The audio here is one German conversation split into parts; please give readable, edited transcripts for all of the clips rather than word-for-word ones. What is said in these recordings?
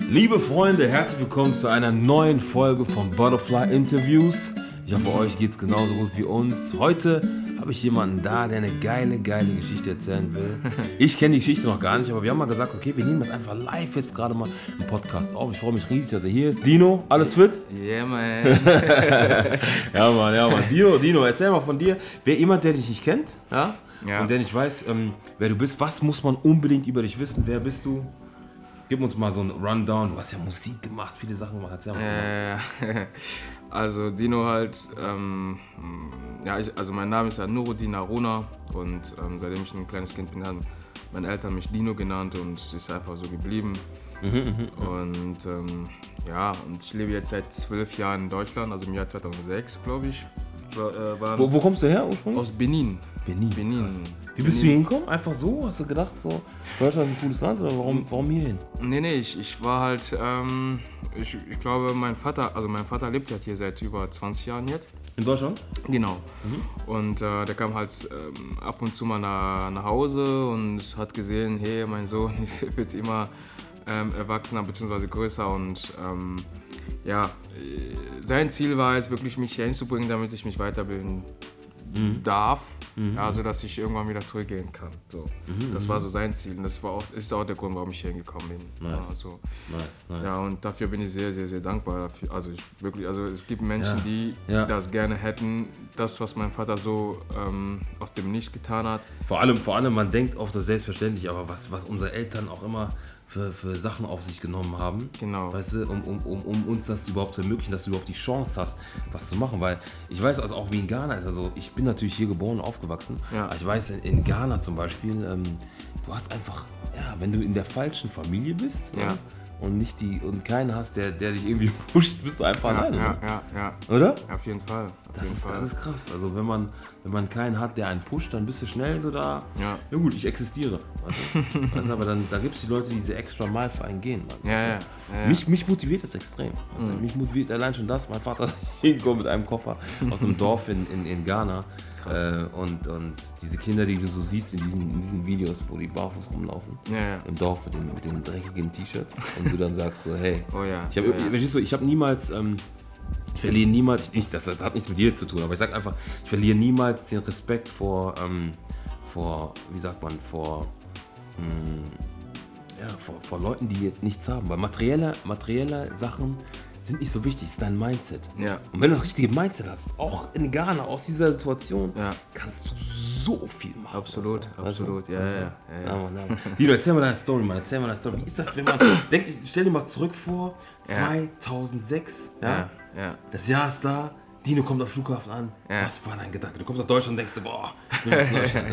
Liebe Freunde, herzlich willkommen zu einer neuen Folge von Butterfly Interviews. Ich hoffe, euch geht's genauso gut wie uns. Heute habe ich jemanden da, der eine geile Geschichte erzählen will. Ich kenne die Geschichte noch gar nicht, aber wir haben mal gesagt, okay, wir nehmen das einfach live jetzt gerade mal im Podcast auf. Ich freue mich riesig, dass er hier ist. Dino, alles fit? Yeah, man. Ja, Mann. Dino, erzähl mal von dir. Wer jemand, der dich nicht kennt, ja? Und der nicht weiß, wer du bist, was muss man unbedingt über dich wissen? Wer bist du? Gib uns mal so einen Rundown. Du hast ja Musik gemacht, viele Sachen gemacht. Erzähl mal. Also Dino halt, also mein Name ist ja Nuruddin Haruna und seitdem ich ein kleines Kind bin, haben meine Eltern mich Dino genannt und es ist einfach so geblieben. Und und ich lebe jetzt seit 12 Jahren in Deutschland, also im Jahr 2006, glaube ich. Wo kommst du her ursprünglich? Aus Benin. Benin. Wie bist du hier hingekommen? Einfach so? Hast du gedacht, so Deutschland ist ein cooles Land oder warum hier hin? Nee, ich war halt, ich glaube, mein Vater lebt halt hier seit über 20 Jahren jetzt. In Deutschland? Genau. Und der kam halt ab und zu mal nach Hause und hat gesehen, hey, mein Sohn wird immer erwachsener bzw. größer und sein Ziel war es wirklich, mich hier hinzubringen, damit ich mich weiterbilden darf, also dass ich irgendwann wieder zurückgehen kann. So. Das war so sein Ziel und das ist auch der Grund, warum ich hier hingekommen bin. Nice. Nice. Ja, und dafür bin ich sehr, sehr, sehr dankbar. Also es gibt Menschen, die das gerne hätten, das, was mein Vater so aus dem Nichts getan hat. Vor allem, man denkt oft das selbstverständlich, aber was unsere Eltern auch immer für Sachen auf sich genommen haben, genau. Weißt du, um uns das überhaupt zu ermöglichen, dass du überhaupt die Chance hast, was zu machen, weil ich weiß also auch wie in Ghana ist, also ich bin natürlich hier geboren und aufgewachsen, aber ich weiß in Ghana zum Beispiel, du hast einfach, wenn du in der falschen Familie bist, und keinen hast, der dich irgendwie pusht, bist du einfach alleine. Ja. Oder? Ja, auf jeden Fall. Das ist krass. Also wenn man keinen hat, der einen pusht, dann bist du schnell so da. Ja gut, ich existiere. Weißt du, aber dann da gibt es die Leute, die diese extra Mile für einen gehen. Mann. Mich motiviert das extrem. Also, mich motiviert allein schon das. Mein Vater hinkommt mit einem Koffer aus einem Dorf in Ghana. Und diese Kinder, die du so siehst in diesen Videos, wo die barfuß rumlaufen, im Dorf mit den dreckigen T-Shirts und du dann sagst so, hey, ich habe niemals, ich verliere niemals, das hat nichts mit dir zu tun, aber ich sag einfach, ich verliere niemals den Respekt vor Leuten, die jetzt nichts haben, weil materielle Sachen sind nicht so wichtig, ist dein Mindset. Ja. Und wenn du das richtige Mindset hast, auch in Ghana, aus dieser Situation, kannst du so viel machen. Absolut. Ja. Dino, erzähl mal deine Story, Mann. Wie ist das, wenn man denkt, stell dir mal zurück vor, 2006, das Jahr ist da, Dino kommt auf Flughafen an. Was war dein Gedanke? Du kommst nach Deutschland und denkst, boah, ich bin aus Deutschland,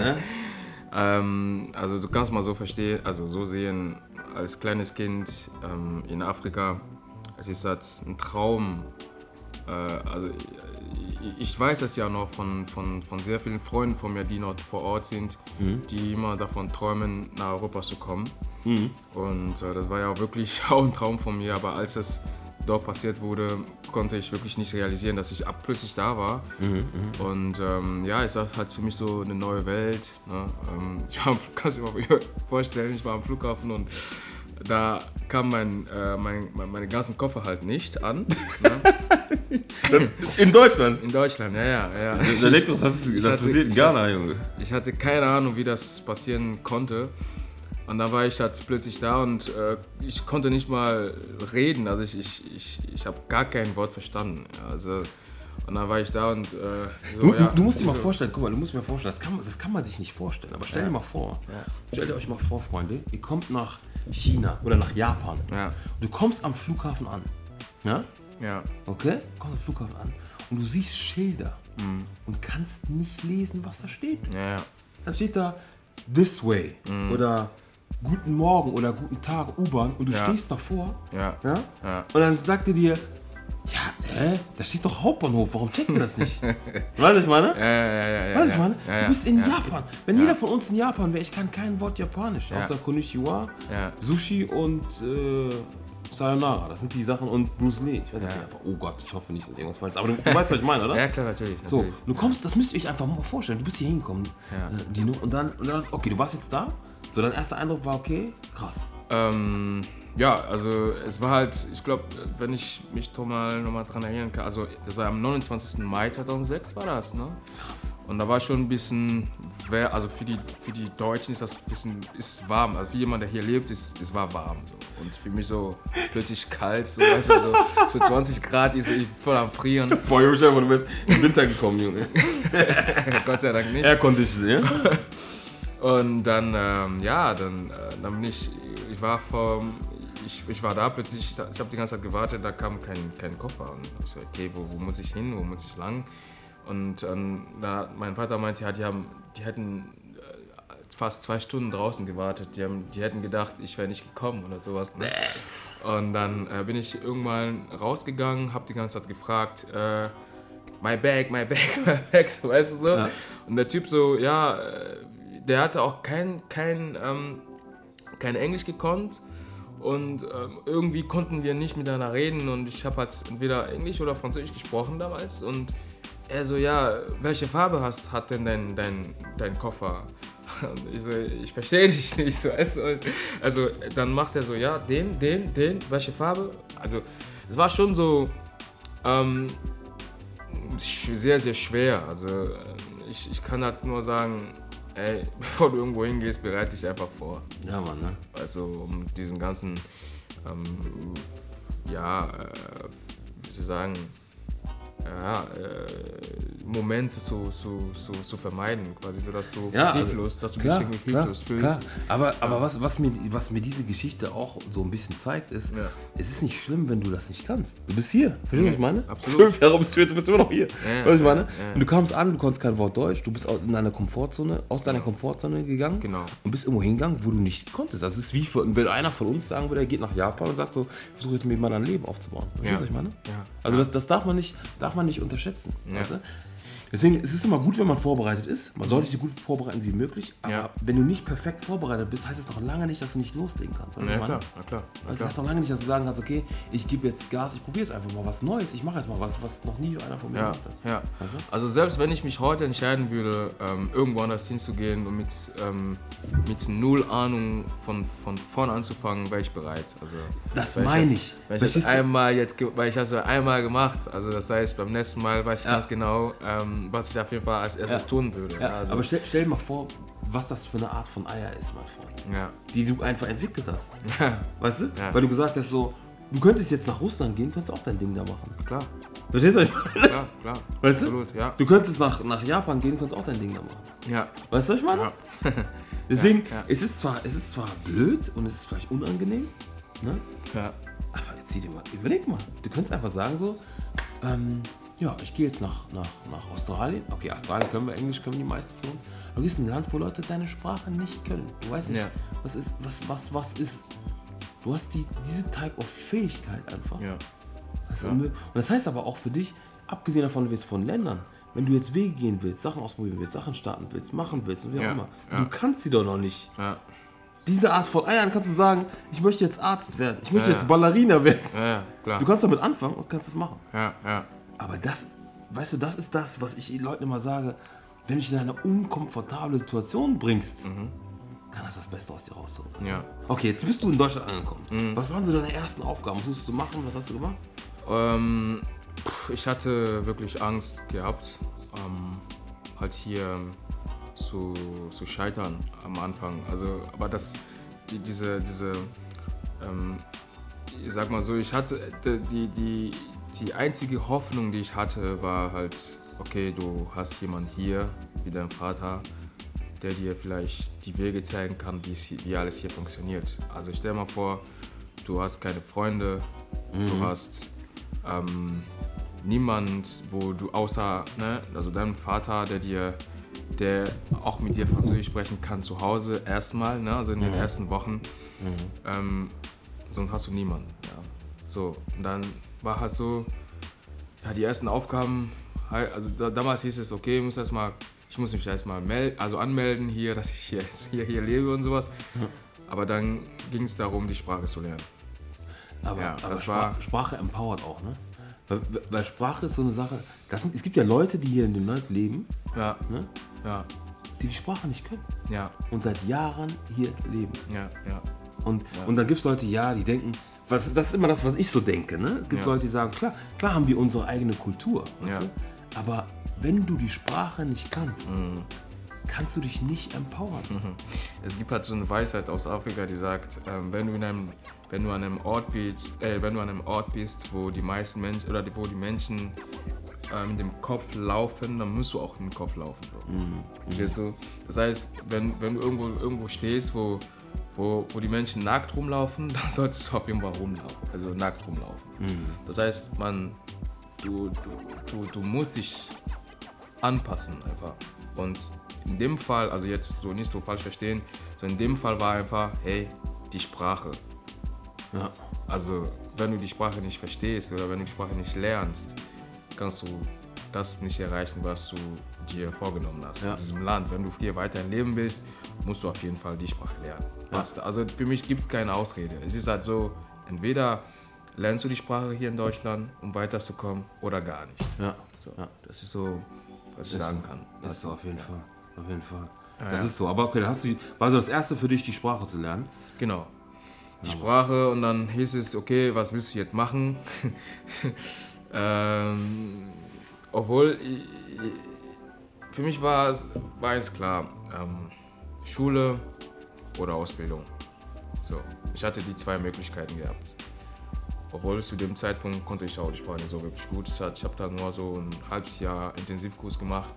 ne? Also du kannst mal so verstehen, also so sehen, als kleines Kind in Afrika, es ist halt ein Traum. Also ich weiß es ja noch von sehr vielen Freunden von mir, die noch vor Ort sind, die immer davon träumen, nach Europa zu kommen. Und das war ja auch wirklich auch ein Traum von mir, aber als es dort passiert wurde, konnte ich wirklich nicht realisieren, dass ich plötzlich da war. Und es war halt für mich so eine neue Welt. Ne? Kannst du dir mal vorstellen, ich war am Flughafen und da kam meine ganzen Koffer halt nicht an. Ne? In Deutschland? In Deutschland, ja. Das passiert in Ghana, Junge. Ich hatte keine Ahnung, wie das passieren konnte. Und dann war ich halt plötzlich da und ich konnte nicht mal reden. Also ich habe gar kein Wort verstanden. Also, und dann war ich da und du musst dir mal vorstellen, guck mal, das kann man sich nicht vorstellen. Aber stell dir mal vor, stellt ihr euch mal vor, Freunde, ihr kommt nach China oder nach Japan. Ja. Du kommst am Flughafen an. Ja? Okay? Du kommst am Flughafen an und du siehst Schilder und kannst nicht lesen, was da steht. Ja. Dann steht da This way oder Guten Morgen oder Guten Tag, U-Bahn und du stehst davor. Ja? Und dann sagt er dir, da steht doch Hauptbahnhof, warum checkt ihr das nicht? Weißt du, was ich meine? Weißt du, ich meine? Du bist in Japan. Wenn jeder von uns in Japan wäre, ich kann kein Wort Japanisch, außer Konnichiwa, Sushi und Sayonara. Das sind die Sachen und Bruce Lee. Ich weiß nicht, oh Gott, ich hoffe nicht, dass irgendwas falsch ist. Aber du weißt, was ich meine, oder? Ja, klar, natürlich. So, du kommst, das müsst ihr euch einfach mal vorstellen. Du bist hier hingekommen, Dino, und dann, okay, du warst jetzt da. So, dein erster Eindruck war, okay, krass. Ja, also es war halt, ich glaube, wenn ich mich nochmal dran erinnern kann, also das war am 29. Mai 2006 war das, ne? Und da war schon ein bisschen, also für die Deutschen ist das ein bisschen warm, also für jemanden, der hier lebt, es war warm. So. Und für mich so plötzlich kalt, so, weißt du, so 20 Grad, ich voll am Frieren. Boah, Junge, du bist im Winter gekommen, Junge. Gott sei Dank nicht. Aircondition, ja? Und dann, dann bin ich war da plötzlich, ich habe die ganze Zeit gewartet, da kam kein Koffer. Und ich so, okay, wo muss ich hin, wo muss ich lang? Und da mein Vater meinte, ja, die hätten fast 2 Stunden draußen gewartet. Die hätten gedacht, ich wäre nicht gekommen oder sowas. Ne? Und dann bin ich irgendwann rausgegangen, habe die ganze Zeit gefragt, my bag, so, weißt du so. Ja. Und der Typ so, ja, der hatte auch kein Englisch gekonnt. Und irgendwie konnten wir nicht miteinander reden und ich habe halt entweder Englisch oder Französisch gesprochen damals. Und er so, ja, welche Farbe hat denn dein Koffer? Und ich so, ich verstehe dich nicht so. Also dann macht er so, ja, den, welche Farbe? Also es war schon so sehr, sehr schwer. Also ich kann halt nur sagen, ey, bevor du irgendwo hingehst, bereite dich einfach vor. Ja, Mann, ne? Also um diesen ganzen, wie soll ich sagen, Momente zu vermeiden, quasi so, dass du hilflos, dass du dich irgendwie hilflos fühlst. Klar. Aber was mir diese Geschichte auch so ein bisschen zeigt, ist, es ist nicht schlimm, wenn du das nicht kannst. Du bist hier, verstehst du, was ich meine? Absolut. 12 Jahre bist du immer noch hier. Weißt du, ich meine? Und du kamst an, du konntest kein Wort Deutsch, du bist aus deiner Komfortzone gegangen und bist irgendwo hingegangen, wo du nicht konntest. Das ist wie, wenn einer von uns sagen würde, er geht nach Japan und sagt so, ich versuche jetzt mit meinem Leben aufzubauen. Verstehst du, was ich meine? Ja. Also das darf man nicht unterschätzen. Weißt du? Deswegen es ist immer gut, wenn man vorbereitet ist. Man sollte sich so gut vorbereiten wie möglich. Aber wenn du nicht perfekt vorbereitet bist, heißt es noch lange nicht, dass du nicht loslegen kannst. Klar. Das heißt noch lange nicht, dass du sagen kannst, okay, ich gebe jetzt Gas, ich probiere jetzt einfach mal was Neues. Ich mache jetzt mal was noch nie einer von mir gemacht hat. Ja. Weißt du? Also selbst wenn ich mich heute entscheiden würde, irgendwo anders hinzugehen und mit null Ahnung von vorne anzufangen, wäre ich bereit. Also, das meine ich. Weil ich das einmal gemacht. Also das heißt, beim nächsten Mal weiß ich ganz genau, was ich auf jeden Fall als erstes tun würde. Ja, also. Aber stell dir mal vor, was das für eine Art von Eier ist, mein Freund. Ja. Die du einfach entwickelt hast. Ja. Weißt du? Ja. Weil du gesagt hast, so, du könntest jetzt nach Russland gehen, könntest auch dein Ding da machen. Klar. Verstehst du? Klar. Weißt absolut, du? Ja. Du könntest nach Japan gehen, könntest auch dein Ding da machen. Ja. Weißt du, was ich meine? Ja. Deswegen, es ist zwar blöd und es ist vielleicht unangenehm, ne? Ja. Aber überleg mal, du könntest einfach sagen so, ich gehe jetzt nach Australien. Okay, Australien können wir Englisch, können die meisten von uns. Aber du gehst in ein Land, wo Leute deine Sprache nicht können. Du weißt nicht, was ist. Du hast diese Type of Fähigkeit einfach. Ja. Und das heißt aber auch für dich, abgesehen davon jetzt von Ländern, wenn du jetzt Wege gehen willst, Sachen ausprobieren willst, Sachen starten willst, machen willst und wie auch immer, du kannst sie doch noch nicht. Ja. Diese Art von Eiern kannst du sagen, ich möchte jetzt Arzt werden, ich möchte jetzt Ballerina werden. Ja, klar. Du kannst damit anfangen und kannst es machen. Ja. Aber das, weißt du, das ist das, was ich den Leuten immer sage, wenn du dich in eine unkomfortable Situation bringst, kann das Beste aus dir rausholen. Ja. Okay, jetzt bist du in Deutschland angekommen. Was waren so deine ersten Aufgaben? Was musstest du machen? Was hast du gemacht? Ich hatte wirklich Angst gehabt, halt hier zu scheitern am Anfang. Also, aber diese ich sag mal so, ich hatte die einzige Hoffnung, die ich hatte, war halt, okay, du hast jemanden hier, wie dein Vater, der dir vielleicht die Wege zeigen kann, wie alles hier funktioniert. Also stell dir mal vor, du hast keine Freunde, du hast niemand, wo du außer, also deinem Vater, der auch mit dir Französisch sprechen kann zu Hause erstmal, also in den ersten Wochen, sonst hast du niemanden. Ja. So, und dann war halt so, die ersten Aufgaben, also damals hieß es, okay, ich muss mich erstmal anmelden hier, dass ich hier lebe und sowas. Aber dann ging es darum, die Sprache zu lernen. Aber Sprache empowert auch, ne? Weil Sprache ist so eine Sache, es gibt ja Leute, die hier in dem Land leben, die Sprache nicht können. Ja. Und seit Jahren hier leben. Ja. Und dann gibt es Leute, die denken, das ist immer das, was ich so denke. Ne? Es gibt Leute, die sagen, klar haben wir unsere eigene Kultur. Weißt du? Aber wenn du die Sprache nicht kannst, kannst du dich nicht empowern. Es gibt halt so eine Weisheit aus Afrika, die sagt, wenn du an einem Ort bist, wo die meisten Menschen oder wo die Menschen mit dem Kopf laufen, dann musst du auch mit dem Kopf laufen. Verstehst du? Das heißt, wenn du irgendwo stehst, wo die Menschen nackt rumlaufen, dann solltest du auf jeden Fall rumlaufen, also nackt rumlaufen. Das heißt, du musst dich anpassen einfach. Und in dem Fall, also jetzt so nicht so falsch verstehen, so in dem Fall war einfach, hey, die Sprache. Ja. Also wenn du die Sprache nicht verstehst oder wenn du die Sprache nicht lernst, kannst du das nicht erreichen, was du dir vorgenommen hast in diesem Land. Wenn du hier weiterhin leben willst, musst du auf jeden Fall die Sprache lernen. Ja. Also für mich gibt es keine Ausrede. Es ist halt so, entweder lernst du die Sprache hier in Deutschland, um weiterzukommen, oder gar nicht. Ja. So. Ja. Das ist so, was ich sagen kann. Das ist so, auf jeden Fall. Auf jeden Fall. Das ist so. Aber okay, dann war so das Erste für dich, die Sprache zu lernen? Genau. Die Sprache, und dann hieß es, okay, was willst du jetzt machen? Obwohl, für mich war es klar, Schule oder Ausbildung. So, ich hatte die zwei Möglichkeiten gehabt. Obwohl zu dem Zeitpunkt konnte ich auch die Sprache nicht so wirklich gut. Ich habe dann nur so ein halbes Jahr Intensivkurs gemacht.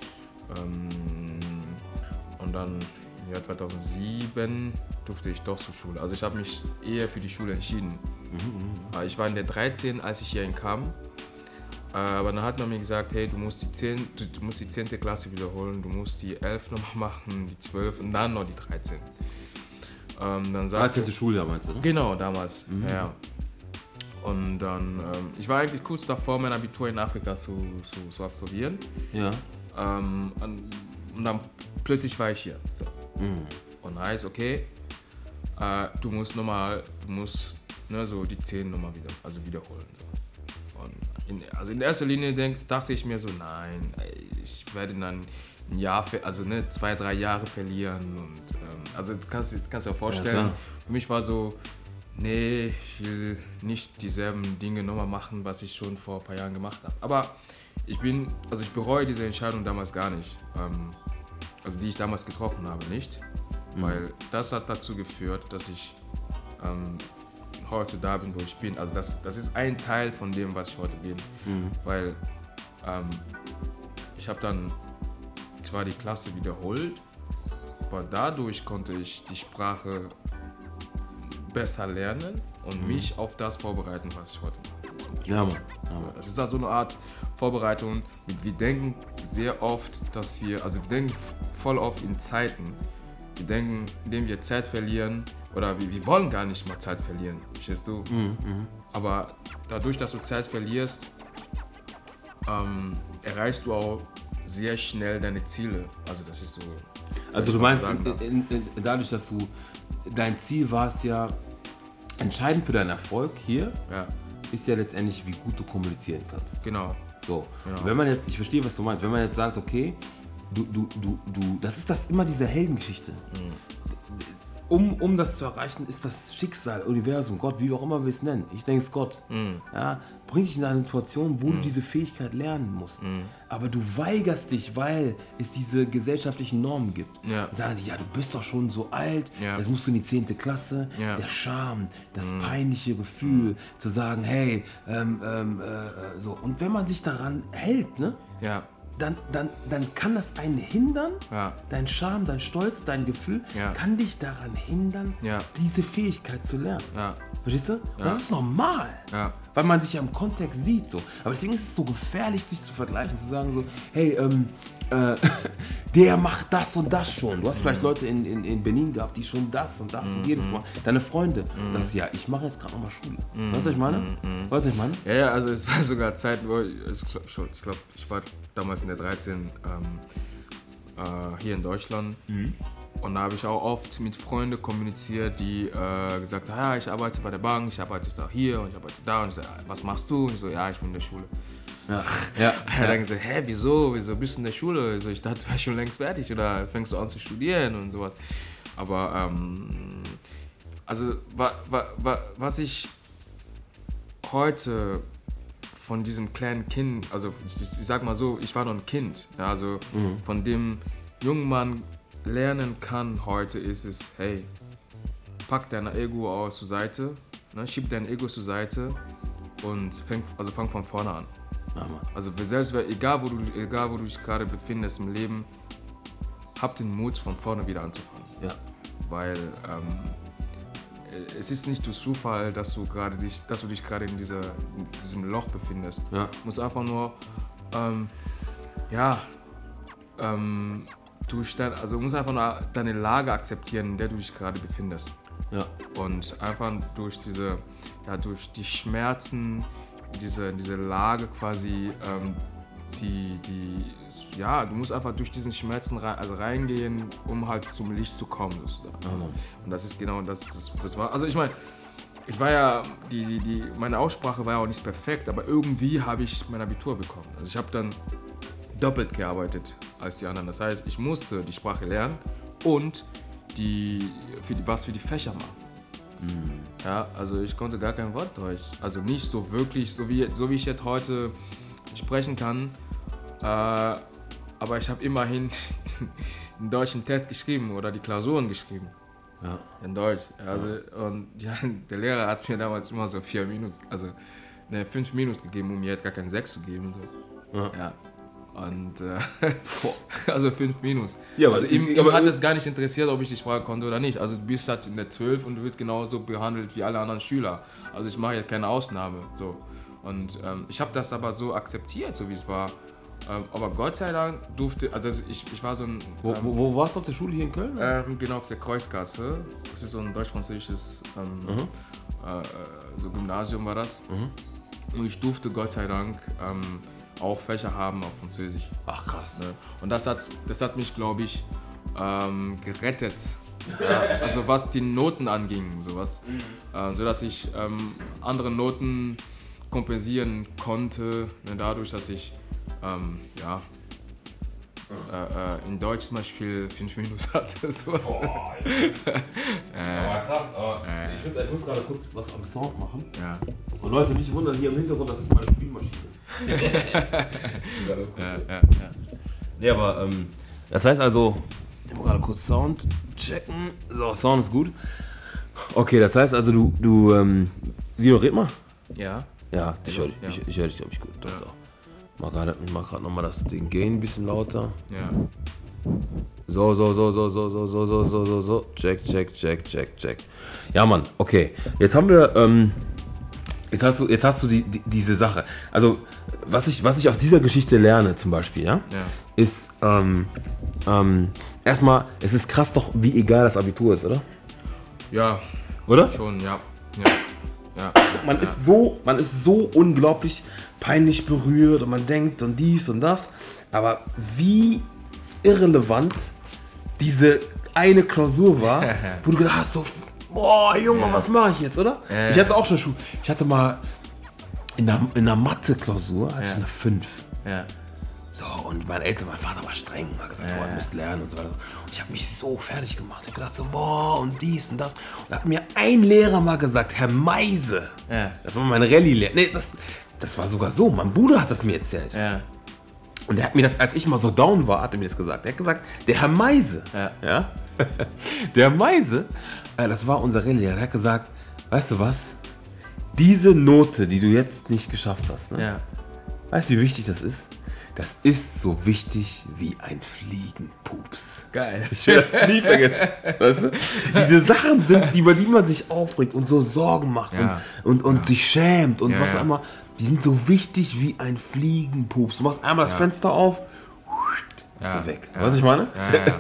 Und dann im Jahr 2007 durfte ich doch zur Schule. Also ich habe mich eher für die Schule entschieden. Ich war in der 13, als ich hierhin kam. Aber dann hat man mir gesagt, hey, du musst die 10. Klasse wiederholen, du musst die 11 nochmal machen, die 12 und dann noch die 13. Dann 13. Schuljahr meinst du, ne? Genau, damals. Ja. Und dann, ich war eigentlich kurz davor, mein Abitur in Afrika zu absolvieren. Ja. Und dann plötzlich war ich hier. So. Und heißt, okay, du musst so die 10 nochmal wiederholen. So. Und in erster Linie dachte ich mir so, nein, ich werde dann ein Jahr, 2-3 Jahre verlieren. Und, also du kannst dir vorstellen, für mich war so, nee, ich will nicht dieselben Dinge nochmal machen, was ich schon vor ein paar Jahren gemacht habe. Aber ich bereue diese Entscheidung damals gar nicht. Die ich damals getroffen habe, nicht. Weil das hat dazu geführt, dass ich heute da bin, wo ich bin. Also das ist ein Teil von dem, was ich heute bin. Weil ich habe dann zwar die Klasse wiederholt, aber dadurch konnte ich die Sprache besser lernen und mich auf das vorbereiten, was ich heute mache. Ja, Mann. Das ist also eine Art Vorbereitung. Wir denken sehr oft, wir denken voll oft in Zeiten. Wir denken, indem wir Zeit verlieren, oder wir wollen gar nicht mal Zeit verlieren, verstehst du? Aber dadurch, dass du Zeit verlierst, erreichst du auch sehr schnell deine Ziele. Also das ist so. Also du meinst, dadurch, dass du dein Ziel warst ja entscheidend für deinen Erfolg hier, ist ja letztendlich, wie gut du kommunizieren kannst. Genau. So. Genau. Wenn man jetzt, ich verstehe, was du meinst, wenn man jetzt sagt, okay, das ist immer diese Heldengeschichte. Um das zu erreichen, ist das Schicksal, Universum, Gott, wie auch immer wir es nennen. Ich denke, es ist Gott. Ja, bringt dich in eine Situation, wo du diese Fähigkeit lernen musst. Aber du weigerst dich, weil es diese gesellschaftlichen Normen gibt. Sagen die, du bist doch schon so alt, jetzt musst du in die 10. Klasse. Der Charme, das peinliche Gefühl, zu sagen, hey, so. Und wenn man sich daran hält, ne? Dann kann das einen hindern, dein Charme, dein Stolz, dein Gefühl, kann dich daran hindern, diese Fähigkeit zu lernen. Verstehst du? Das ist normal, weil man sich ja im Kontext sieht. So. Aber deswegen ist es so gefährlich, sich zu vergleichen, zu sagen so, hey, der macht das und das schon. Du hast vielleicht Leute in Benin gehabt, die schon das und das und jedes Mal. Deine Freunde, sagst ich mache jetzt gerade nochmal Schule. Weißt du, was ich meine? Weißt du, was ich meine? Ja, also es war sogar Zeit, wo ich glaube, ich war damals in der 13 hier in Deutschland. Und da habe ich auch oft mit Freunden kommuniziert, die gesagt haben, ich arbeite bei der Bank, ich arbeite da hier und ich arbeite da. Und ich sage, was machst du? Und ich so, ich bin in der Schule. Dann gesagt, wieso bist du in der Schule? Ich dachte, du wärst schon längst fertig oder fängst du an zu studieren und sowas. Aber also was ich heute von diesem kleinen Kind, also ich sag mal so, ich war noch ein Kind, ja, also von dem jungen Mann lernen kann heute ist es, hey, pack dein Ego zur Seite, ne, schieb dein Ego zur Seite und fang von vorne an. Ja, also selbst, egal wo du dich gerade befindest im Leben, hab den Mut, von vorne wieder anzufangen. Ja. Weil es ist nicht durch Zufall, dass du dich gerade in diesem Loch befindest. Ja. Du musst einfach nur du musst einfach nur deine Lage akzeptieren, in der du dich gerade befindest. Ja. Und einfach durch die Schmerzen, diese Lage quasi, du musst einfach durch diesen Schmerzen reingehen, um halt zum Licht zu kommen, sozusagen. Und das ist genau das war. Also ich meine, meine Aussprache war ja auch nicht perfekt, aber irgendwie habe ich mein Abitur bekommen. Also ich habe dann doppelt gearbeitet als die anderen. Das heißt, ich musste die Sprache lernen und was für die Fächer machen. Ja, also ich konnte gar kein Wort Deutsch. Also nicht so wirklich, so wie ich jetzt heute sprechen kann. Aber ich habe immerhin einen deutschen Test geschrieben oder die Klausuren geschrieben. Ja. In Deutsch. Also, und ja, der Lehrer hat mir damals immer so 5 Minus gegeben, um mir jetzt gar kein 6 zu geben. So. Ja. Und also 5 Minus. Ja, also ihm hat es gar nicht interessiert, ob ich die Sprache konnte oder nicht. Also du bist halt in der 12 und du wirst genauso behandelt wie alle anderen Schüler. Also ich mache jetzt keine Ausnahme. So. Und ich habe das aber so akzeptiert, so wie es war. Aber Gott sei Dank ich war so ein... Wo warst du auf der Schule hier in Köln? Genau, auf der Kreuzgasse. Das ist so ein deutsch-französisches so Gymnasium war das. Und ich durfte Gott sei Dank auch Fächer haben auf Französisch. Ach krass. Ne? Und das hat mich, glaube ich, gerettet. Also was die Noten anging, sodass ich andere Noten kompensieren konnte, ne, dadurch, dass ich in Deutsch zum Beispiel 5 Minus hatte. Sowas. Boah, aber krass, aber ich muss gerade kurz was am Sound machen. Ja. Und Leute, nicht wundern, hier im Hintergrund, das ist meine Spielmaschine. Nee, aber das heißt also, ich muss gerade kurz Sound checken. So, Sound ist gut. Okay, das heißt also, Sino, red mal. Ja. Ja, ich höre dich, glaube ich, gut. Doch, doch. Ich mach gerade nochmal das Ding Gain ein bisschen lauter. Ja. So. Check. Ja, Mann, okay. Jetzt haben wir, jetzt hast du diese Sache. Also, was ich aus dieser Geschichte lerne zum Beispiel, ist, erstmal, es ist krass doch, wie egal das Abitur ist, oder? Ja. Oder? Schon, ja. Man ist so unglaublich peinlich berührt und man denkt und dies und das, aber wie irrelevant diese eine Klausur war, wo du gedacht hast, so, boah, Junge, was mache ich jetzt, oder? Ich hatte auch schon ich hatte mal in der Mathe-Klausur hatte ich eine 5. Ja. So, und mein Vater war streng, hat gesagt, boah, ihr müsst lernen und so weiter. Und ich habe mich so fertig gemacht. Ich habe gedacht so, boah, und dies und das. Und da hat mir ein Lehrer mal gesagt, Herr Meise, das war mein Rallye-Lehrer. Nee, das war sogar so, mein Bruder hat das mir erzählt. Ja. Und er hat mir das, als ich mal so down war, hat er mir das gesagt. Er hat gesagt, der Herr Meise, der Meise, das war unser Rallye-Lehrer, der hat gesagt, weißt du was, diese Note, die du jetzt nicht geschafft hast, ne? Weißt du, wie wichtig das ist? Das ist so wichtig wie ein Fliegenpups. Geil. Ich werde das nie vergessen. Weißt du? Diese Sachen sind, über die man sich aufregt und so Sorgen macht und sich schämt und was auch immer. Die sind so wichtig wie ein Fliegenpups. Du machst einmal das Fenster auf, bist du weg. Weißt du, ich meine?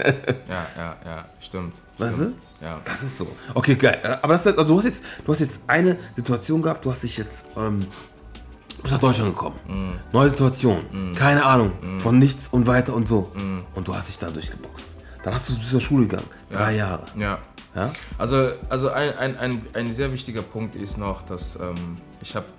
Ja, stimmt. Weißt du? Ja. Das ist so. Okay, geil. Aber das, also du hast jetzt eine Situation gehabt, du hast dich jetzt... Du bist nach Deutschland gekommen. Neue Situation. Keine Ahnung. Von nichts und weiter und so. Und du hast dich da durchgeboxt. Dann hast du bis zur Schule gegangen. 3 Jahre. Ja. Also ein sehr wichtiger Punkt ist noch, dass ich habe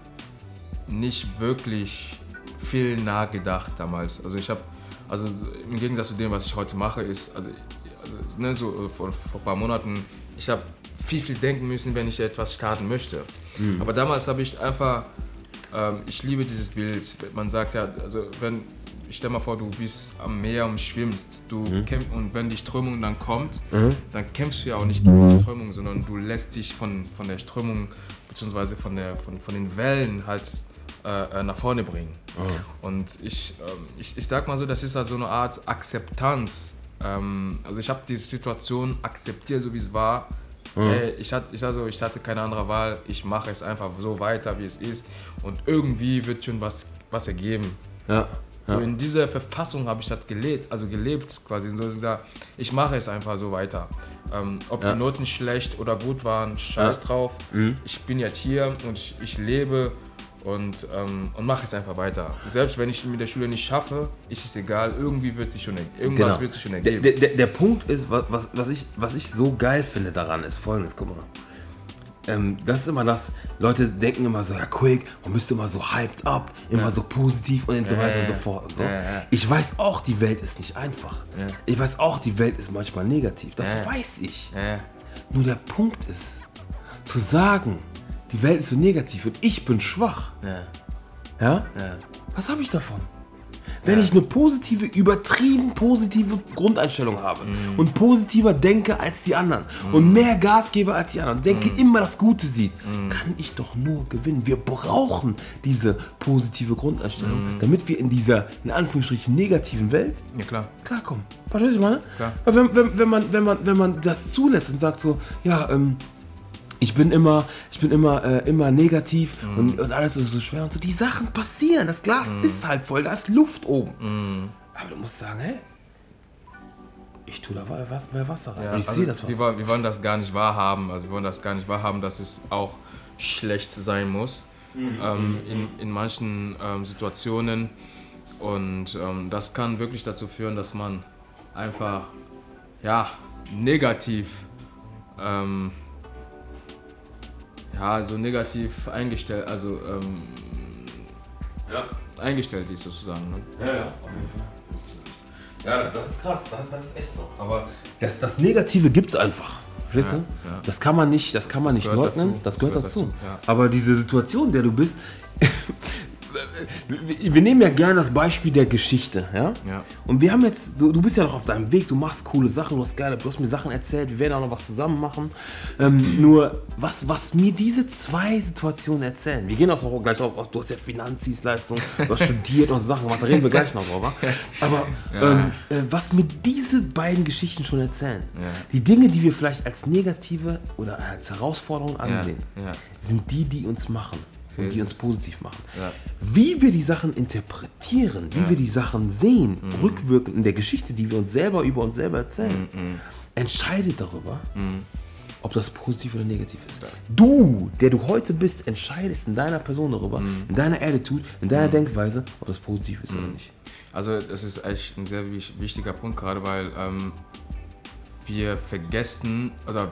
nicht wirklich viel nachgedacht damals. Also im Gegensatz zu dem, was ich heute mache, ist, so vor ein paar Monaten, ich habe viel denken müssen, wenn ich etwas starten möchte. Aber damals habe ich einfach, ich liebe dieses Bild. Man sagt ja, also stell mal vor, du bist am Meer und schwimmst, kämpfst, und wenn die Strömung dann kommt, dann kämpfst du ja auch nicht gegen die Strömung, sondern du lässt dich von der Strömung bzw. von den Wellen halt nach vorne bringen. Und ich sag mal so, das ist halt so eine Art Akzeptanz. Also ich habe diese Situation akzeptiert, so wie es war. Ich hatte keine andere Wahl, ich mache es einfach so weiter, wie es ist, und irgendwie wird schon was ergeben. So in dieser Verfassung habe ich das gelebt quasi. So, ich mache es einfach so weiter. Ob die Noten schlecht oder gut waren, scheiß drauf. Ich bin jetzt hier und ich lebe und mache es einfach weiter. Selbst wenn ich mit der Schule nicht schaffe, ist es egal. Irgendwie wird sich schon ergeben. Der Punkt ist, was ich so geil finde daran, ist Folgendes, guck mal. Das ist immer das, Leute denken immer so, ja Quick, man müsste immer so hyped up, immer so positiv und so weiter und so fort und so. Ich weiß auch, die Welt ist nicht einfach. Ich weiß auch, die Welt ist manchmal negativ. Das weiß ich. Nur der Punkt ist, zu sagen, die Welt ist so negativ und ich bin schwach. Was habe ich davon? Wenn ich eine positive, übertrieben positive Grundeinstellung habe und positiver denke als die anderen und mehr Gas gebe als die anderen, denke immer das Gute sieht, kann ich doch nur gewinnen. Wir brauchen diese positive Grundeinstellung, damit wir in dieser, in Anführungsstrichen, negativen Welt klarkommen. Verstehst du, was ich meine? Wenn man das zulässt und sagt so, ich bin immer negativ und alles ist so schwer und so. Die Sachen passieren, das Glas ist halt voll, da ist Luft oben. Aber du musst sagen, hey, ich tue da mehr Wasser rein. Ich sehe das Wasser. Wir wollen das gar nicht wahrhaben. Also wir wollen das gar nicht wahrhaben, dass es auch schlecht sein muss in manchen Situationen. Und das kann wirklich dazu führen, dass man einfach negativ so negativ eingestellt, also eingestellt ist sozusagen. Ne? Ja, auf jeden Fall. Ja, das ist krass, das ist echt so. Aber das Negative gibt's einfach. Weißt du? Das kann man nicht leugnen, das gehört dazu. Ja. Aber diese Situation, in der du bist, wir nehmen ja gerne das Beispiel der Geschichte, ja? Und wir haben jetzt, du bist ja noch auf deinem Weg, du machst coole Sachen, du hast mir Sachen erzählt, wir werden auch noch was zusammen machen. Nur, was mir diese zwei Situationen erzählen, wir gehen auch gleich auf, du hast ja Finanzdienstleistung, du hast studiert und so Sachen gemacht, da reden wir gleich noch drüber. Aber was mir diese beiden Geschichten schon erzählen, die Dinge, die wir vielleicht als negative oder als Herausforderung ansehen, sind die uns machen. Und die uns positiv machen. Wie wir die Sachen interpretieren, wie wir die Sachen sehen, rückwirkend in der Geschichte, die wir uns selber über uns selber erzählen, entscheidet darüber, ob das positiv oder negativ ist. Du, der du heute bist, entscheidest in deiner Person darüber, in deiner Attitude, in deiner Denkweise, ob das positiv ist oder nicht. Also das ist echt ein sehr wichtiger Punkt, gerade weil wir vergessen, oder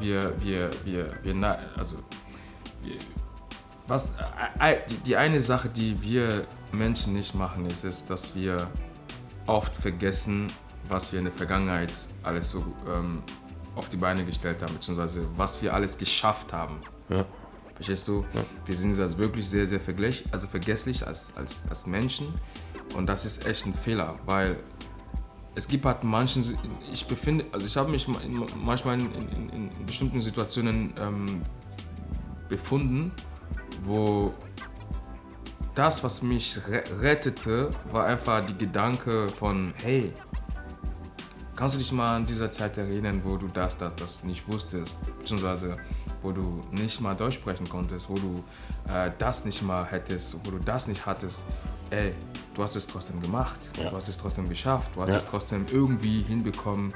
die eine Sache, die wir Menschen nicht machen, ist, dass wir oft vergessen, was wir in der Vergangenheit alles so auf die Beine gestellt haben, beziehungsweise was wir alles geschafft haben. Verstehst du? Wir sind also wirklich sehr, sehr vergesslich als Menschen, und das ist echt ein Fehler, weil es gibt halt ich habe mich manchmal in bestimmten Situationen befunden, wo das, was mich rettete, war einfach die Gedanke von, hey, kannst du dich mal an dieser Zeit erinnern, wo du das nicht wusstest, beziehungsweise wo du nicht mal Deutsch sprechen konntest, wo du das nicht mal hättest, wo du das nicht hattest. Ey, du hast es trotzdem gemacht, du hast es trotzdem geschafft, du hast es trotzdem irgendwie hinbekommen,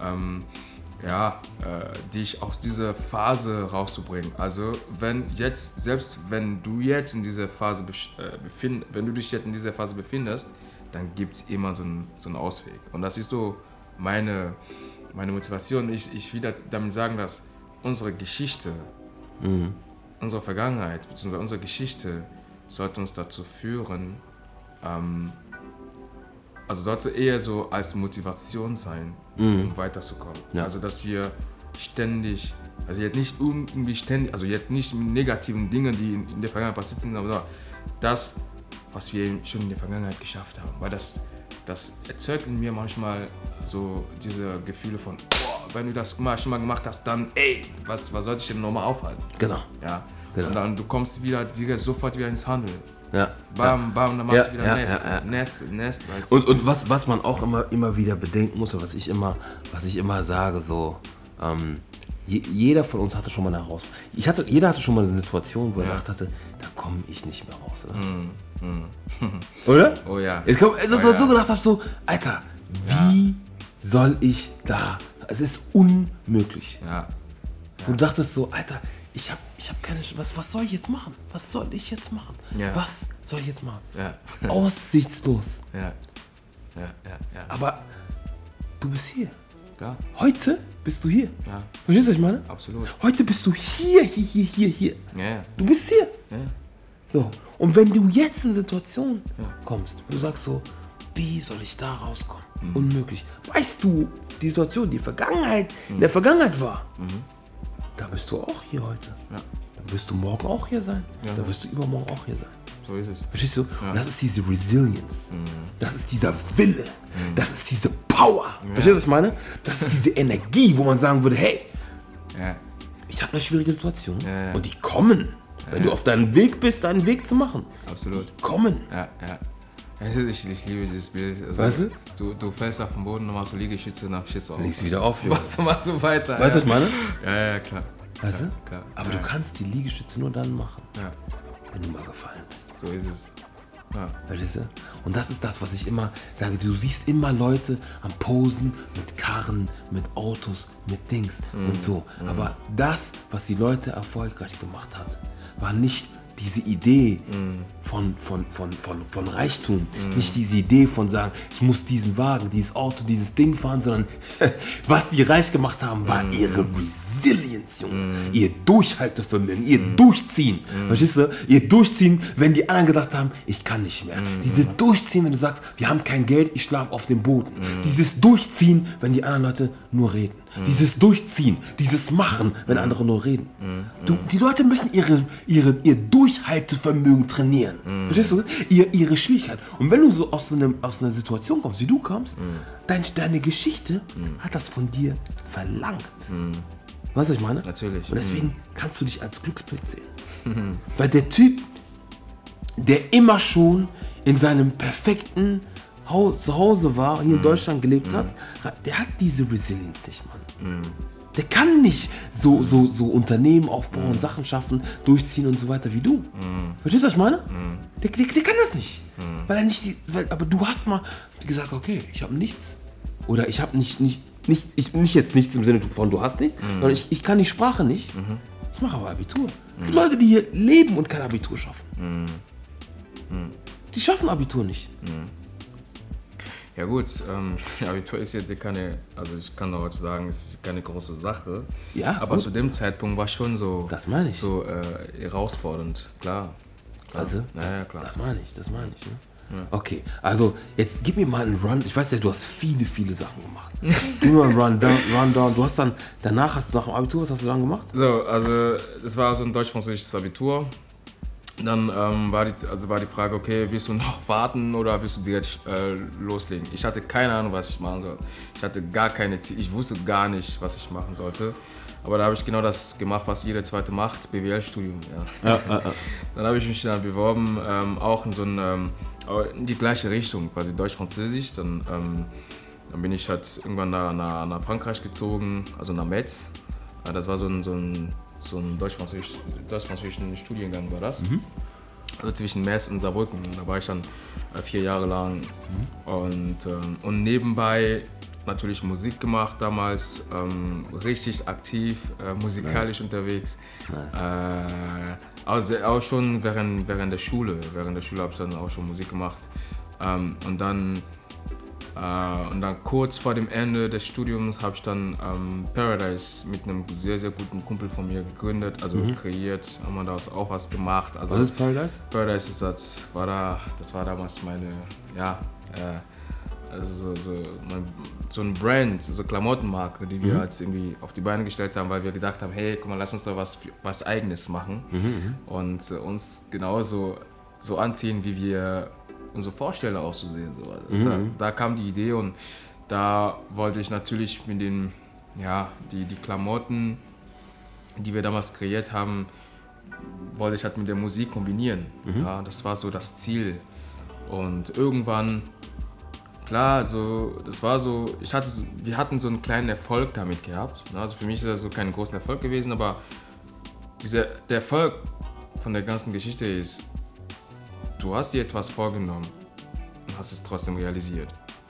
dich aus dieser Phase rauszubringen. Also selbst wenn du jetzt in dieser Phase wenn du dich jetzt in dieser Phase befindest, dann gibt es immer so einen Ausweg. Und das ist so meine Motivation. Ich will damit sagen, dass unsere Geschichte, unsere Vergangenheit, beziehungsweise unsere Geschichte sollte uns dazu führen, sollte eher so als Motivation sein, um weiterzukommen. Also dass wir ständig Also jetzt nicht irgendwie ständig, also jetzt nicht mit negativen Dingen, die in der Vergangenheit passiert sind, aber das, was wir schon in der Vergangenheit geschafft haben. Weil das erzeugt in mir manchmal so diese Gefühle von, wenn du das schon mal gemacht hast, dann, was sollte ich denn nochmal aufhalten? Genau. Ja. Genau. Und dann du kommst sofort wieder ins Handeln. Ja. Bam, dann machst du wieder Nest. Und was man auch immer wieder bedenken muss, was ich immer sage, so, jeder von uns hatte schon mal eine Herausforderung. Jeder hatte schon mal eine Situation, wo er gedacht hatte, da komme ich nicht mehr raus. Oder? Oder? Oh ja. So gedacht habe, so, Alter, wie soll ich da? Es ist unmöglich. Ja. Wo du dachtest so, Alter, ich hab keine, was soll ich jetzt machen? Was soll ich jetzt machen? Ja. Was soll ich jetzt machen? Ja. Aussichtslos. Ja. Aber du bist hier. Ja. Heute bist du hier. Ja. Verstehst du, was ich meine? Absolut. Heute bist du hier. Ja. Du bist hier. Ja. So. Und wenn du jetzt in Situationen kommst, wo du sagst so, wie soll ich da rauskommen? Unmöglich. Weißt du, die Situation, die Vergangenheit, in der Vergangenheit war, da bist du auch hier heute. Ja. Dann wirst du morgen auch hier sein. Ja. Dann wirst du übermorgen auch hier sein. So ist es. Verstehst du? Ja. Und das ist diese Resilience. Das ist dieser Wille. Das ist diese Power. Verstehst du, was ich meine? Das ist diese Energie, wo man sagen würde, hey, ich habe eine schwierige Situation und die kommen. Wenn du auf deinem Weg bist, deinen Weg zu machen. Absolut. Die kommen. Ja. Ich liebe dieses Bild. Also, weißt du fällst auf den Boden, dann machst du Liegestütze, dann stehst du auf. Legst wieder auf. Machst du weiter. Weißt du, was ich meine? Ja, klar. Weißt du? Klar. Aber du kannst die Liegestütze nur dann machen, Ja, wenn du mal gefallen bist. so ist es. Ja. Verstehst du? Und das ist das, was ich immer sage. Du siehst immer Leute am Posen mit Karren, mit Autos, mit Dings und so. Aber das, was die Leute erfolgreich gemacht hat, war nicht diese Idee von Reichtum, nicht diese Idee von sagen, ich muss diesen Wagen, dieses Auto, dieses Ding fahren, sondern was die reich gemacht haben, war ihre Resilience, Junge, ihr Durchhaltevermögen, ihr Durchziehen, verstehst du? Ihr Durchziehen, wenn die anderen gedacht haben, ich kann nicht mehr. Diese Durchziehen, wenn du sagst, wir haben kein Geld, ich schlafe auf dem Boden. Dieses Durchziehen, wenn die anderen Leute nur reden. Dieses Durchziehen, dieses Machen, wenn andere nur reden. Die Leute müssen ihr Durchhaltevermögen trainieren. Verstehst du? Ihre Schwierigkeit. Und wenn du so aus einer Situation kommst, wie du kommst, deine Geschichte hat das von dir verlangt. Weißt du, was ich meine? Natürlich. Und deswegen kannst du dich als Glückspilz sehen. Weil der Typ, der immer schon in seinem perfekten zu Hause war, hier in Deutschland gelebt hat, der hat diese Resilience nicht, Mann. Der kann nicht so Unternehmen aufbauen, Sachen schaffen, durchziehen und so weiter wie du. Verstehst du, was ich meine? Der kann das nicht. Weil er nicht, aber du hast mal gesagt, okay, ich habe nichts. Oder ich habe nicht jetzt nichts im Sinne von du hast nichts, sondern ich kann die Sprache nicht. Ich mache aber Abitur. Es gibt Leute, die hier leben und kein Abitur schaffen. Die schaffen Abitur nicht. Ja gut, Abitur ist jetzt keine, also ich kann heute sagen, es ist keine große Sache. Ja, aber gut. zu dem Zeitpunkt war es schon so, das meine ich. So herausfordernd, klar. Also, ja, klar. Das meine ich. Ne? Ja. Okay, also jetzt gib mir mal einen Run. Ich weiß ja, du hast viele Sachen gemacht. Gib mir mal einen Rundown. Du hast dann, danach hast du nach dem Abitur, was hast du dann gemacht? So, also es war so ein deutsch-französisches Abitur. Dann war die Frage, okay, willst du noch warten oder willst du direkt loslegen? Ich hatte keine Ahnung, was ich machen soll. Ich hatte gar keine Ziele, ich wusste gar nicht, was ich machen sollte. Aber da habe ich genau das gemacht, was jeder Zweite macht, BWL-Studium. Ja. Dann habe ich mich dann beworben, auch in so in die gleiche Richtung, quasi Deutsch-Französisch. Dann bin ich halt irgendwann nach Frankreich gezogen, also nach Metz. Das war so ein deutsch-französischen Studiengang war das. Also zwischen Metz und Saarbrücken. Da war ich dann 4 Jahre lang. Und nebenbei natürlich Musik gemacht damals, richtig aktiv, musikalisch unterwegs. Auch schon während der Schule. Während der Schule habe ich dann auch schon Musik gemacht. Und dann kurz vor dem Ende des Studiums habe ich dann Paradise mit einem sehr, sehr guten Kumpel von mir gegründet, also kreiert, haben wir daraus auch was gemacht. Also, was ist Paradise? Paradise das war damals meine, also so ein Brand, so Klamottenmarke, die wir halt irgendwie auf die Beine gestellt haben, weil wir gedacht haben, hey, guck mal, lass uns doch was Eigenes machen und uns genauso so anziehen, wie wir unsere Vorsteller auszusehen. So. Also da kam die Idee und da wollte ich natürlich mit den, die Klamotten, die wir damals kreiert haben, wollte ich halt mit der Musik kombinieren. Ja, das war so das Ziel. Und irgendwann, klar, wir hatten so einen kleinen Erfolg damit gehabt. Also für mich ist das so kein großer Erfolg gewesen, aber der Erfolg von der ganzen Geschichte ist, du hast dir etwas vorgenommen und hast es trotzdem realisiert.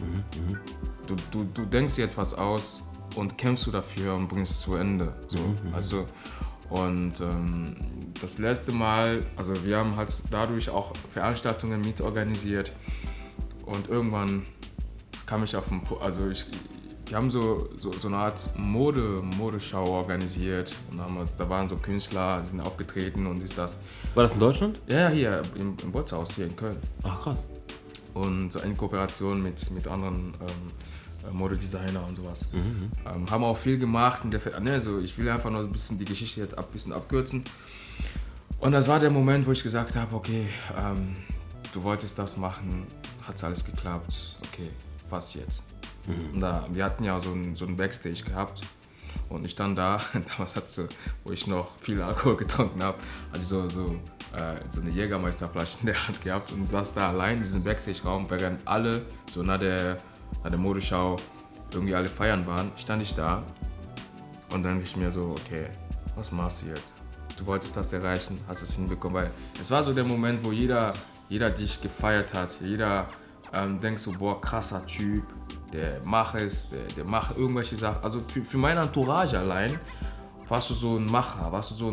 Du denkst dir etwas aus und kämpfst du dafür und bringst es zu Ende. So. Also, und das letzte Mal, also wir haben halt dadurch auch Veranstaltungen mitorganisiert und irgendwann kam ich auf den wir haben so eine Art Modeschau organisiert und da waren so Künstler, die sind aufgetreten und ist das. War das in Deutschland? Ja, hier im Bootshaus hier in Köln. Ach krass. Und so eine Kooperation mit anderen Modedesigner und sowas. Haben auch viel gemacht. Also ich will einfach nur ein bisschen die Geschichte jetzt ein bisschen abkürzen. Und das war der Moment, wo ich gesagt habe, okay, du wolltest das machen, hat alles geklappt, okay, was jetzt? Und wir hatten ja so ein Backstage gehabt und ich stand da, damals wo ich noch viel Alkohol getrunken habe, hatte ich so eine Jägermeisterflasche in der Hand gehabt und saß da allein in diesem Backstage-Raum, während alle so nach der Modeschau irgendwie alle feiern waren, stand ich da und dann dachte ich mir so, okay, was machst du jetzt? Du wolltest das erreichen, hast es hinbekommen, weil es war so der Moment, wo jeder dich gefeiert hat, jeder denkt so, boah, krasser Typ, der macht es, der macht irgendwelche Sachen. Also für meine Entourage allein warst du so ein Macher, warst du so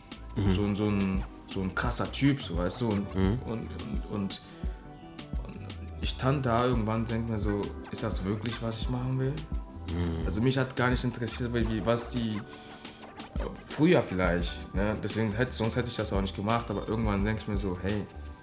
ein krasser Typ, so, weißt du, und ich stand da irgendwann und denke mir so, ist das wirklich, was ich machen will? Also mich hat gar nicht interessiert, was die früher vielleicht, ne? Deswegen sonst hätte ich das auch nicht gemacht, aber irgendwann denke ich mir so, hey,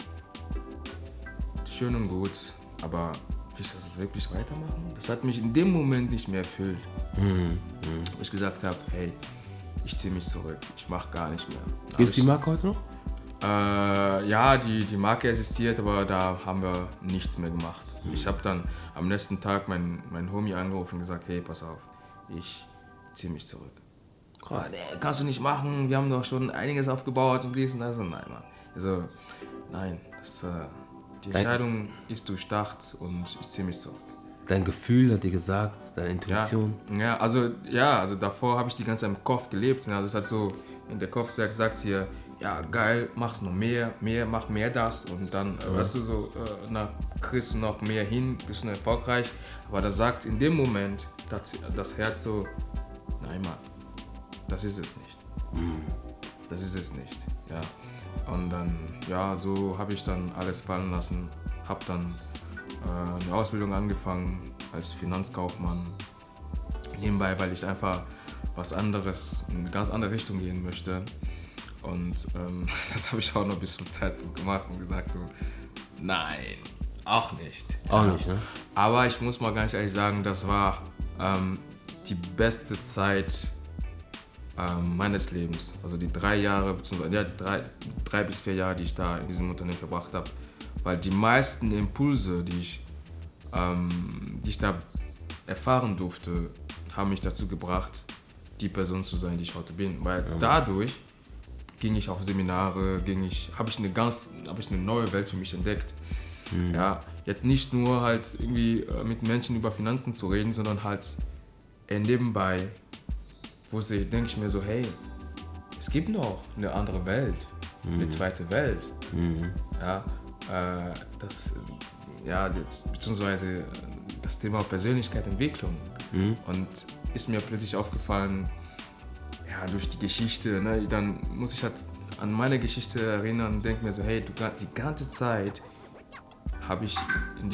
schön und gut, aber will ich das jetzt wirklich weitermachen? Das hat mich in dem Moment nicht mehr erfüllt. Wo ich gesagt habe, hey, ich ziehe mich zurück, ich mache gar nicht mehr. Gibt es die Marke heute noch? Ja, die Marke existiert, aber da haben wir nichts mehr gemacht. Ich habe dann am nächsten Tag meinen Homie angerufen und gesagt, hey, pass auf, ich ziehe mich zurück. Krass. Nee, kannst du nicht machen, wir haben doch schon einiges aufgebaut und dies und das. Und nein, Mann. Also, nein, die Entscheidung ist durchdacht und ich ziehe mich zurück. Dein Gefühl hat dir gesagt, deine Intuition? Ja, also davor habe ich die ganze Zeit im Kopf gelebt. Also es ist halt so, der Kopf sagt hier, ja geil, mach's noch mehr, mach mehr das und dann, weißt du, so, kriegst du noch mehr hin, bist du erfolgreich. Aber das sagt in dem Moment das Herz so, nein Mann, das ist es nicht. Das ist es nicht, ja. Und dann, so habe ich dann alles fallen lassen, habe dann eine Ausbildung angefangen als Finanzkaufmann. Nebenbei, weil ich einfach was anderes, in eine ganz andere Richtung gehen möchte. Und das habe ich auch noch bis zum Zeitpunkt gemacht und gesagt, nein, auch nicht. Auch nicht, ne? Aber ich muss mal ganz ehrlich sagen, das war die beste Zeit meines Lebens. Also die 3 Jahre, beziehungsweise die 3 bis 4 Jahre, die ich da in diesem Unternehmen verbracht habe. Weil die meisten Impulse, die ich da erfahren durfte, haben mich dazu gebracht, die Person zu sein, die ich heute bin. Weil dadurch ging ich auf Seminare, habe ich eine neue Welt für mich entdeckt. Ja, jetzt nicht nur halt irgendwie mit Menschen über Finanzen zu reden, sondern halt nebenbei, denke ich mir so, hey, es gibt noch eine andere Welt, eine zweite Welt. Beziehungsweise das Thema Persönlichkeitsentwicklung. Und ist mir plötzlich aufgefallen, durch die Geschichte, ne, dann muss ich halt an meine Geschichte erinnern und denke mir so, hey, die ganze Zeit habe ich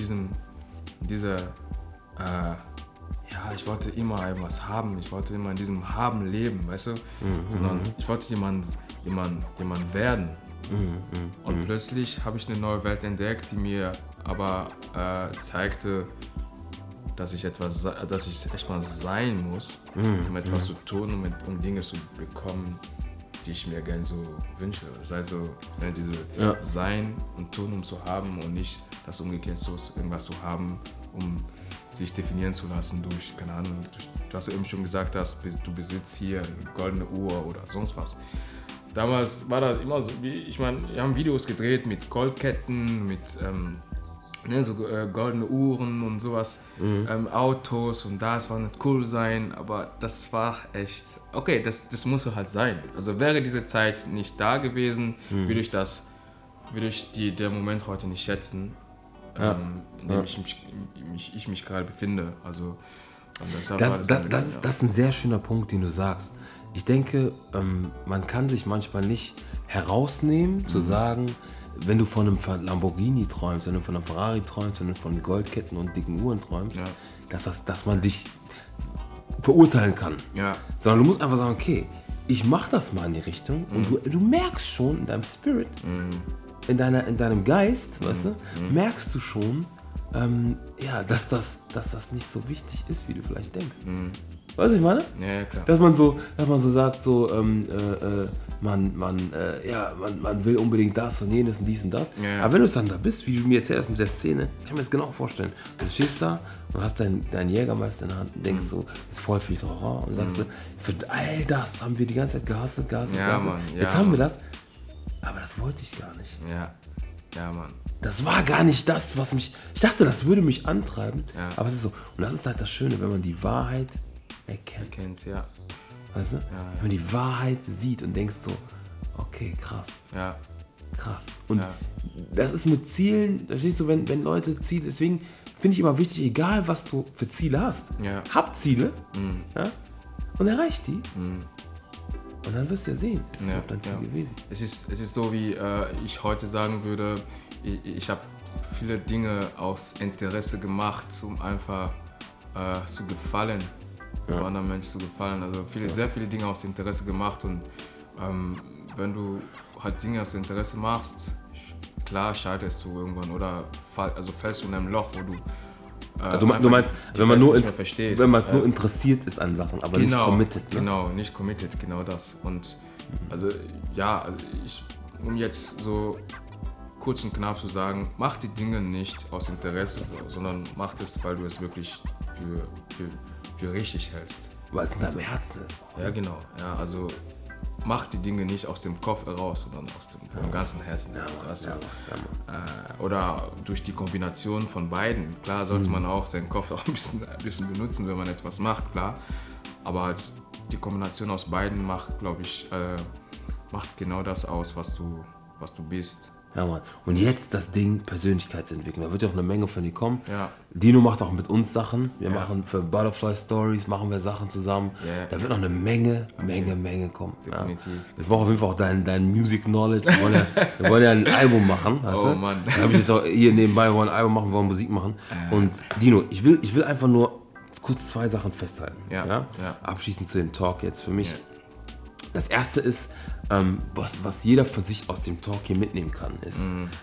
ich wollte immer etwas haben, ich wollte immer in diesem Haben leben, weißt du, sondern ich wollte jemand werden. Und plötzlich habe ich eine neue Welt entdeckt, die mir aber zeigte, dass ich echt mal sein muss, um etwas zu tun, um Dinge zu bekommen, die ich mir gerne so wünsche. Das heißt so, diese Sein und Tun, um zu haben und nicht das umgekehrt so irgendwas zu haben, um sich definieren zu lassen durch, keine Ahnung, du hast ja eben schon gesagt, du besitzt hier eine goldene Uhr oder sonst was. Damals war das immer so, ich meine, wir haben Videos gedreht mit Goldketten, mit goldene Uhren und sowas, Autos und das war nicht cool sein, aber das war echt, okay, das muss halt sein. Also wäre diese Zeit nicht da gewesen, würde ich den Moment heute nicht schätzen, in dem ich mich gerade befinde. Also, das ist ein sehr schöner Punkt, den du sagst. Ich denke, man kann sich manchmal nicht herausnehmen, zu sagen, wenn du von einem Lamborghini träumst, wenn du von einem Ferrari träumst, wenn du von Goldketten und dicken Uhren träumst, dass man dich verurteilen kann. Ja. Sondern du musst einfach sagen, okay, ich mach das mal in die Richtung und du merkst schon in deinem Spirit, in deinem Geist, weißt du, merkst du schon, dass das nicht so wichtig ist, wie du vielleicht denkst. Weißt du, ich meine? Ja, klar. Dass man so sagt, man will unbedingt das und jenes und dies und das. Ja. Aber wenn du es dann da bist, wie du mir erzählst mit der Szene, ich kann mir das genau vorstellen. Du stehst da und hast deinen Jägermeister in der Hand und denkst so, ist voll viel Terror und sagst für all das haben wir die ganze Zeit gehasselt. Mann, jetzt haben wir das, aber das wollte ich gar nicht. Ja, Mann. Das war gar nicht das, was mich, ich dachte, das würde mich antreiben, aber es ist so. Und das ist halt das Schöne, wenn man die Wahrheit erkennt, ja. Weißt du? Wenn man die Wahrheit sieht und denkst so, okay, krass. Ja. Krass. Und das ist mit Zielen, da stehst du, wenn Leute Ziele, deswegen finde ich immer wichtig, egal was du für Ziele hast, hab Ziele und erreich die. Und dann wirst du ja sehen, das ist dein Ziel gewesen. Es ist so, wie ich heute sagen würde, ich habe viele Dinge aus Interesse gemacht, um einfach zu gefallen. Anderen Menschen zu gefallen. Also sehr viele Dinge aus Interesse gemacht und wenn du halt Dinge aus Interesse machst, klar scheiterst du irgendwann oder fällst du in einem Loch, wo du du meinst, wenn man nur interessiert ist an Sachen, aber nicht committed. Ne? Genau, nicht committed, genau das. Und um jetzt so kurz und knapp zu sagen, mach die Dinge nicht aus Interesse, sondern mach es, weil du es wirklich für richtig hältst. Weil es in deinem Herzen ist. Ja, genau. Ja, also mach die Dinge nicht aus dem Kopf heraus, sondern aus dem ganzen Herzen. Oder durch die Kombination von beiden. Klar sollte man auch seinen Kopf auch ein bisschen benutzen, wenn man etwas macht, klar. Aber halt die Kombination aus beiden macht, glaube ich, macht genau das aus, was du bist. Ja, Mann. Und jetzt das Ding Persönlichkeitsentwicklung. Da wird ja auch eine Menge von dir kommen. Ja. Dino macht auch mit uns Sachen. Wir machen für Butterfly Stories, machen wir Sachen zusammen. Ja. Da wird noch eine Menge kommen. Definitiv. Ja. Ich brauche auf jeden Fall auch dein Music Knowledge. Wir wollen ja ein Album machen. Weißt du? Mann. Da habe ich jetzt auch hier nebenbei, wir wollen ein Album machen, wir wollen Musik machen. Und Dino, ich will einfach nur kurz 2 Sachen festhalten. Ja? Abschließend zu dem Talk jetzt für mich. Ja. Das erste ist, was jeder von sich aus dem Talk hier mitnehmen kann, ist,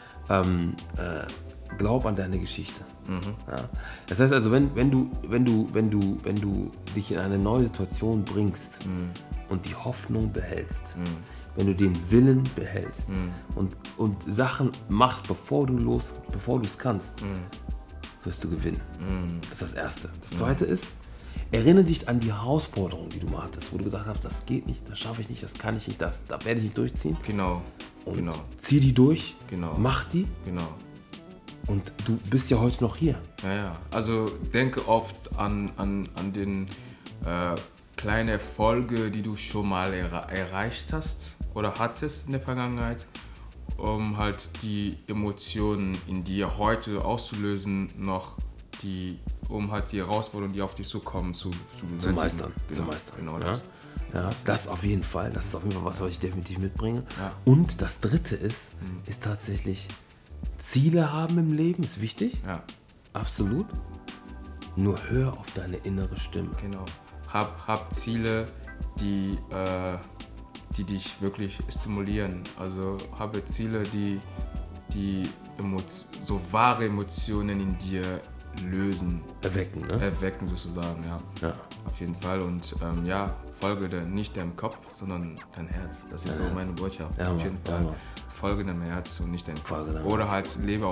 glaub an deine Geschichte. Ja? Das heißt also, wenn du dich in eine neue Situation bringst und die Hoffnung behältst, wenn du den Willen behältst und Sachen machst, bevor du es kannst, wirst du gewinnen. Das ist das Erste. Das Zweite ist, erinnere dich an die Herausforderungen, die du mal hattest, wo du gesagt hast, das geht nicht, das schaffe ich nicht, das kann ich nicht, da werde ich nicht durchziehen. Genau. Zieh die durch, mach die. Genau. Und du bist ja heute noch hier. Ja. Also denke oft an den kleinen Erfolge, die du schon mal erreicht hast oder hattest in der Vergangenheit, um halt die Emotionen in dir heute auszulösen, um halt die Herausforderungen, die auf dich zukommen, zu meistern. Genau das. Ja, das auf jeden Fall. Das ist auf jeden Fall was ich definitiv mitbringe. Ja. Und das Dritte ist tatsächlich, Ziele haben im Leben, ist wichtig. Ja. Absolut. Nur hör auf deine innere Stimme. Genau. Hab Ziele, die dich wirklich stimulieren. Also habe Ziele, die so wahre Emotionen in dir lösen. Erwecken, ne? Erwecken sozusagen, ja. Auf jeden Fall. Und folge nicht deinem Kopf, sondern dein Herz. Das ist so meine Botschaft. Auf jeden Fall. Folge deinem Herz und nicht deinem Kopf. Oder halt lebe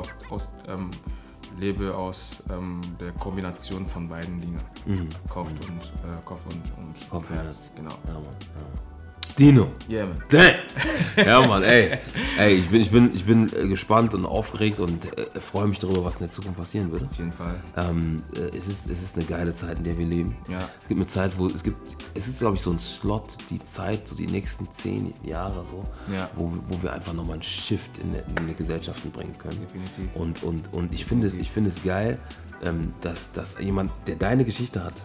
aus der Kombination von beiden Dingen. Kopf und Herz. Genau. Ja, Mann. Dino. Yeah, man. Ja, Mann, ey. Ich bin gespannt und aufgeregt und freue mich darüber, was in der Zukunft passieren wird. Auf jeden Fall. Es ist eine geile Zeit, in der wir leben. Ja. Es gibt eine Zeit, es ist, glaube ich, so ein Slot, die Zeit, so die nächsten 10 Jahre so, wo wir einfach nochmal einen Shift in die Gesellschaften bringen können. Definitiv. Und ich finde es geil, dass jemand, der deine Geschichte hat,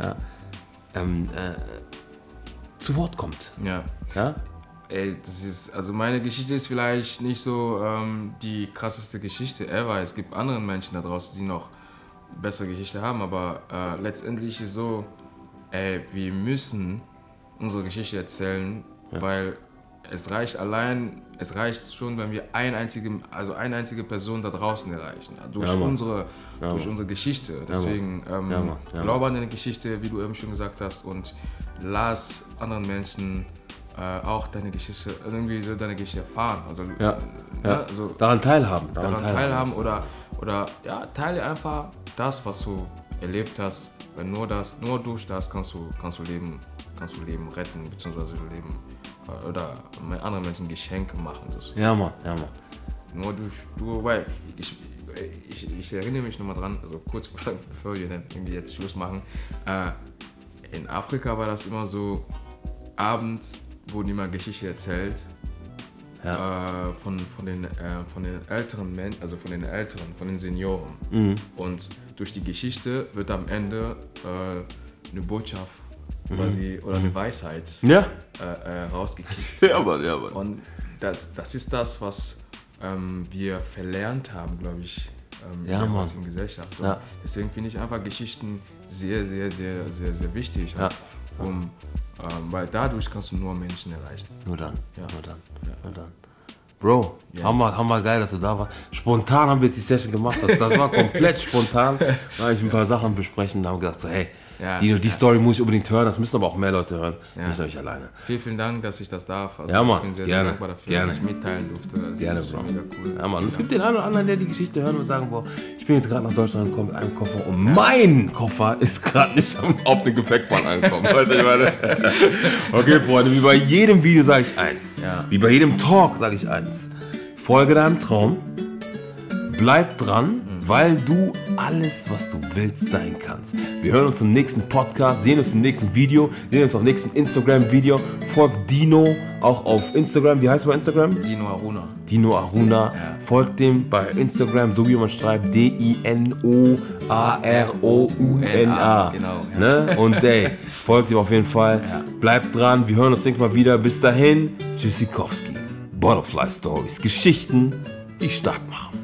zu Wort kommt. Ja. Ey, meine Geschichte ist vielleicht nicht so die krasseste Geschichte ever. Es gibt andere Menschen da draußen, die noch bessere Geschichte haben, aber letztendlich ist so, wir müssen unsere Geschichte erzählen, weil es reicht schon, wenn wir eine einzige Person da draußen erreichen, durch unsere Geschichte. Deswegen glaube an deine Geschichte, wie du eben schon gesagt hast, und lass anderen Menschen auch deine Geschichte erfahren. Also, daran teilhaben. Oder teile einfach das, was du erlebt hast. Weil nur durch das kannst du Leben retten, beziehungsweise Leben oder anderen Menschen Geschenke machen. Ja, Mann. Nur weil ich erinnere mich nochmal dran, also kurz bevor wir dann irgendwie jetzt Schluss machen, in Afrika war das immer so, abends wurde immer Geschichte erzählt von den älteren Menschen, also von den Senioren. Und durch die Geschichte wird am Ende eine Botschaft quasi oder eine Weisheit rausgekickt. Ja, Mann. Und das ist das, was wir verlernt haben, glaube ich, in der heutigen Gesellschaft. Deswegen finde ich einfach Geschichten sehr, sehr, sehr, sehr, sehr wichtig. Weil dadurch kannst du nur Menschen erreichen. Nur dann. Bro, hammer geil, dass du da warst. Spontan haben wir jetzt die Session gemacht. Das war komplett spontan. Da habe ich ein paar Sachen besprechen und haben gedacht so, hey, die Story muss ich unbedingt hören. Das müssen aber auch mehr Leute hören. Nicht euch alleine. Vielen Dank, dass ich das darf. Also Mann, ich bin sehr, sehr dankbar dafür, dass ich mitteilen durfte. Das gerne, ist Bro. Mega cool. Ja, Mann. Und es gibt den einen oder anderen, der die Geschichte hören und sagen, boah, ich bin jetzt gerade nach Deutschland gekommen mit einem Koffer und mein Koffer ist gerade nicht auf den Gepäckband angekommen. Weißt du, ich meine? Okay, Freunde, wie bei jedem Video sage ich eins. Wie bei jedem Talk sage ich eins. Folge deinem Traum, bleib dran, weil du alles, was du willst, sein kannst. Wir hören uns im nächsten Podcast, sehen uns im nächsten Video, sehen uns im nächsten Instagram-Video. Folgt Dino auch auf Instagram. Wie heißt du bei Instagram? Dino Aruna. Folgt dem bei Instagram, so wie man schreibt, DINOAROUNA. Genau. Ne? Und folgt ihm auf jeden Fall. Bleibt dran, wir hören uns nächstes Mal wieder. Bis dahin, Tschüssikowski. Butterfly Stories, Geschichten, die stark machen.